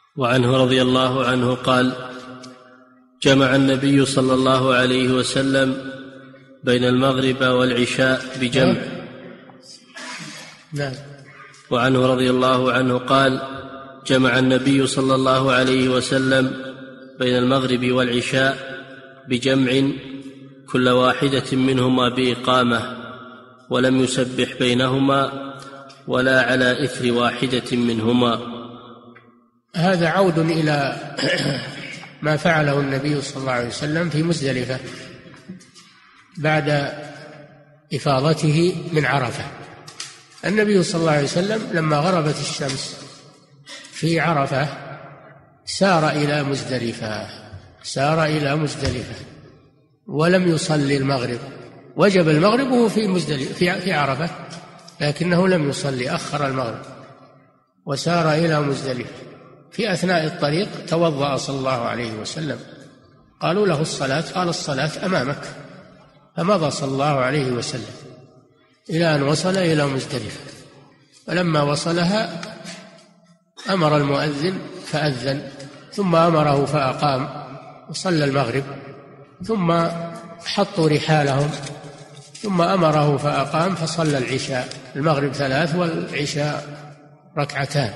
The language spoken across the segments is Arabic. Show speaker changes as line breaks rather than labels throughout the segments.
وعنه رضي الله عنه قال: جمع النبي صلى الله عليه وسلم بين المغرب والعشاء بجمع.
نعم.
وعنه رضي الله عنه قال: جمع النبي صلى الله عليه وسلم بين المغرب والعشاء بجمع كل واحدة منهما بإقامة، ولم يسبح بينهما ولا على إثر واحدة منهما.
هذا عود إلى ما فعله النبي صلى الله عليه وسلم في مزدلفة بعد إفاضته من عرفة. النبي صلى الله عليه وسلم لما غربت الشمس في عرفة سار إلى مزدلفة ولم يصلي المغرب. وجب المغرب وهو في عرفة، لكنه لم يصلي، أخر المغرب وسار إلى مزدلفة. في أثناء الطريق توضأ صلى الله عليه وسلم، قالوا له الصلاة، قال: الصلاة أمامك. فمضى صلى الله عليه وسلم إلى أن وصل إلى مزدلفة. فلما وصلها أمر المؤذن فأذن، ثم أمره فأقام وصلى المغرب، ثم حطوا رحالهم، ثم أمره فأقام فصلى العشاء. المغرب 3 والعشاء 2،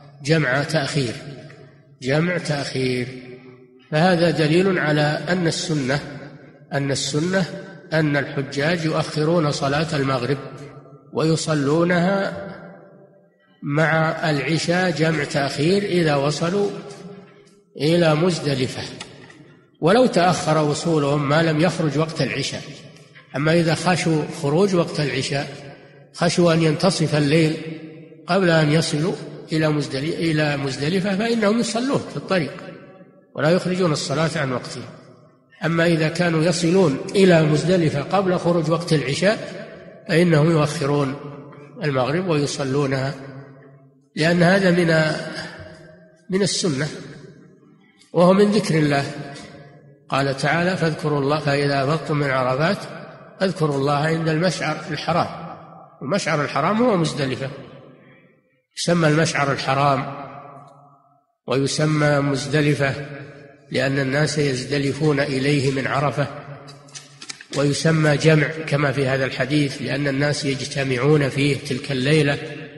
جمع تأخير. فهذا دليل على أن السنة أن الحجاج يؤخرون صلاة المغرب ويصلونها مع العشاء جمع تأخير إذا وصلوا إلى مزدلفة، ولو تأخر وصولهم ما لم يخرج وقت العشاء. أما إذا خشوا خروج وقت العشاء، خشوا أن ينتصف الليل قبل أن يصلوا إلى مزدلفة، فإنهم يصلون في الطريق ولا يخرجون الصلاة عن وقتها. أما إذا كانوا يصلون إلى مزدلفة قبل خروج وقت العشاء فإنهم يؤخرون المغرب ويصلونها، لأن هذا من السنة وهو من ذكر الله. قال تعالى: فاذكروا الله فإذا أفضتم من عرفات فاذكروا الله عند المشعر الحرام. المشعر الحرام هو مزدلفة، يسمى المشعر الحرام ويسمى مزدلفة لأن الناس يزدلفون إليه من عرفة، ويسمى جمع كما في هذا الحديث لأن الناس يجتمعون فيه تلك الليلة.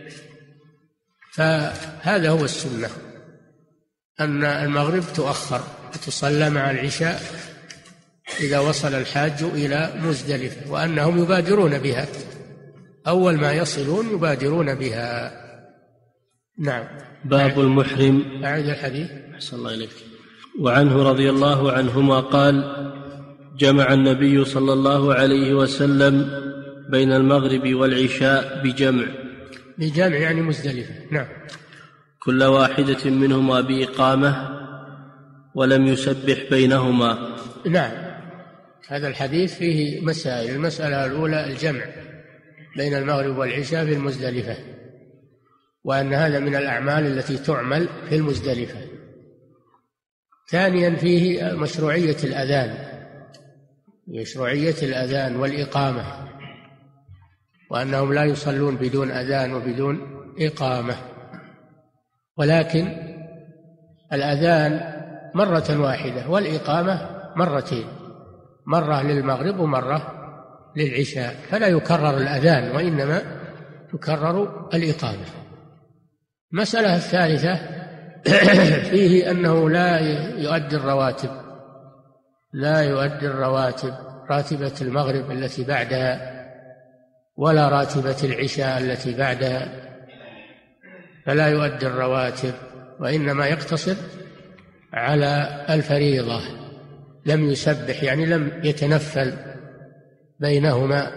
فهذا هو السنة، أن المغرب تؤخر وتصلى مع العشاء إذا وصل الحاج إلى مزدلفة، وأنهم يبادرون بها أول ما يصلون، يبادرون بها. نعم.
باب المحرم.
أعيد الحديث.
أحسن الله إليك. وعنه رضي الله عنهما قال: جمع النبي صلى الله عليه وسلم بين المغرب والعشاء بجمع
يعني مزدلفة. نعم.
كل واحدة منهما بإقامة ولم يسبح بينهما.
نعم. هذا الحديث فيه مسائل. المسألة الأولى الجمع بين المغرب والعشاء في المزدلفة، وأن هذا من الأعمال التي تعمل في المزدلفة. ثانيا فيه مشروعية الأذان والإقامة، وأنهم لا يصلون بدون أذان وبدون إقامة، ولكن الأذان مرة واحدة والإقامة مرتين، مرة للمغرب ومرة للعشاء، فلا يكرر الأذان وإنما تكرر الإقامة. المسألة الثالثة فيه أنه لا يؤدي الرواتب، راتبة المغرب التي بعدها ولا راتبة العشاء التي بعدها، فلا يؤدي الرواتب وإنما يقتصر على الفريضة. لم يسبح يعني لم يتنفل بينهما.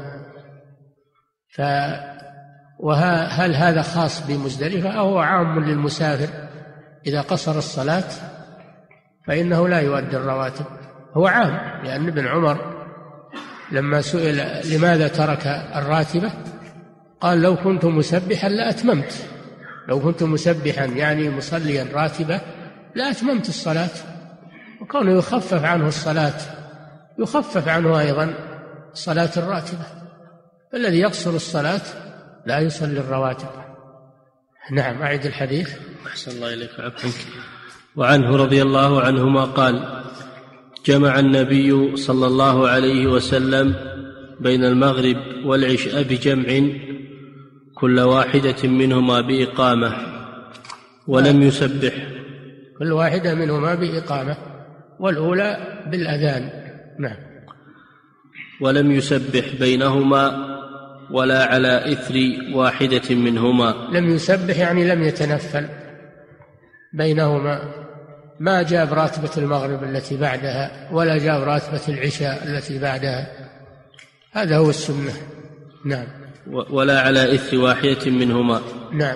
هل هذا خاص بمزدلفة أو هو عام للمسافر؟ إذا قصر الصلاة فإنه لا يؤدي الرواتب، هو عام. لأن ابن عمر لما سئل لماذا ترك الراتبة قال: لو كنت مسبحا لأتممت. لو كنت مسبحا يعني مصليا راتبة لأتممت الصلاة. وكونه يخفف عنه الصلاة يخفف عنه أيضا صلاة الراتبة. فالذي يقصر الصلاة لا يصلي الرواتب. نعم. أعد الحديث.
أحسن الله إليك وعفوك. وعنه رضي الله عنهما قال: جمع النبي صلى الله عليه وسلم بين المغرب والعشاء بجمع كل واحدة منهما بإقامة ولم يسبح.
كل واحدة منهما بإقامة، والأولى بالأذان. نعم.
ولم يسبح بينهما ولا على إثر واحدة منهما.
لم يسبح يعني لم يتنفل بينهما، ما جاب راتبة المغرب التي بعدها ولا جاب راتبة العشاء التي بعدها، هذا هو السنة. نعم.
ولا على إثر واحدة منهما.
نعم.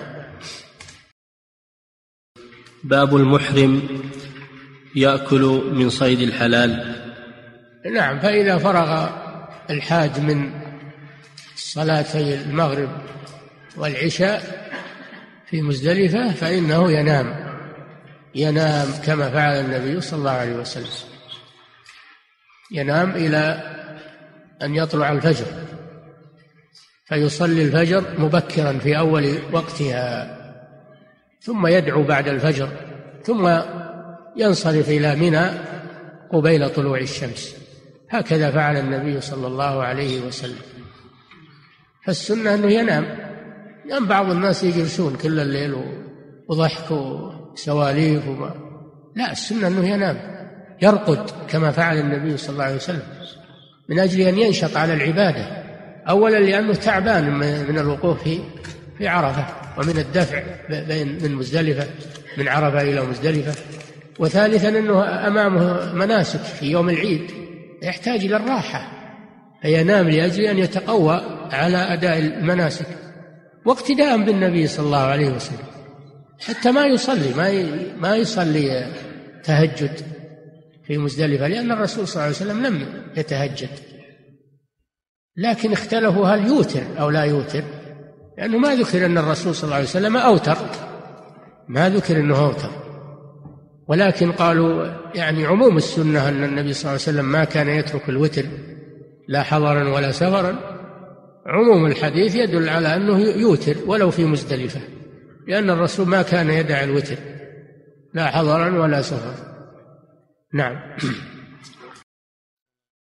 باب المحرم يأكل من صيد الحلال.
نعم. فإذا فرغ الحاج من صلاتي المغرب والعشاء في مزدلفة فإنه ينام كما فعل النبي صلى الله عليه وسلم، ينام إلى أن يطلع الفجر، فيصلي الفجر مبكرا في أول وقتها، ثم يدعو بعد الفجر، ثم ينصرف إلى منى قبيل طلوع الشمس. هكذا فعل النبي صلى الله عليه وسلم. فالسنة أنه ينام بعض الناس يجلسون كل الليل وضحك وسواليف لا، السنة أنه ينام يرقد كما فعل النبي صلى الله عليه وسلم، من أجل أن ينشط على العبادة. أولا لأنه تعبان من الوقوف في عرفة ومن الدفع من مزدلفة، من عرفة إلى مزدلفة. وثالثا أنه أمامه مناسك في يوم العيد يحتاج إلى الراحة، فينام لأجل أن يتقوى على أداء المناسك، واقتداء بالنبي صلى الله عليه وسلم، حتى ما يصلي تهجد في مزدلفة، لأن الرسول صلى الله عليه وسلم لم يتهجد. لكن اختلفوا هل يوتر أو لا يوتر، لأنه ما ذكر أن الرسول صلى الله عليه وسلم أوتر، ما ذكر أنه أوتر، ولكن قالوا يعني عموم السنة أن النبي صلى الله عليه وسلم ما كان يترك الوتر لا حضرا ولا سفرا. عموم الحديث يدل على أنه يوتر ولو في مزدلفة، لأن الرسول ما كان يدع الوتر لا حضرا ولا سفرا. نعم.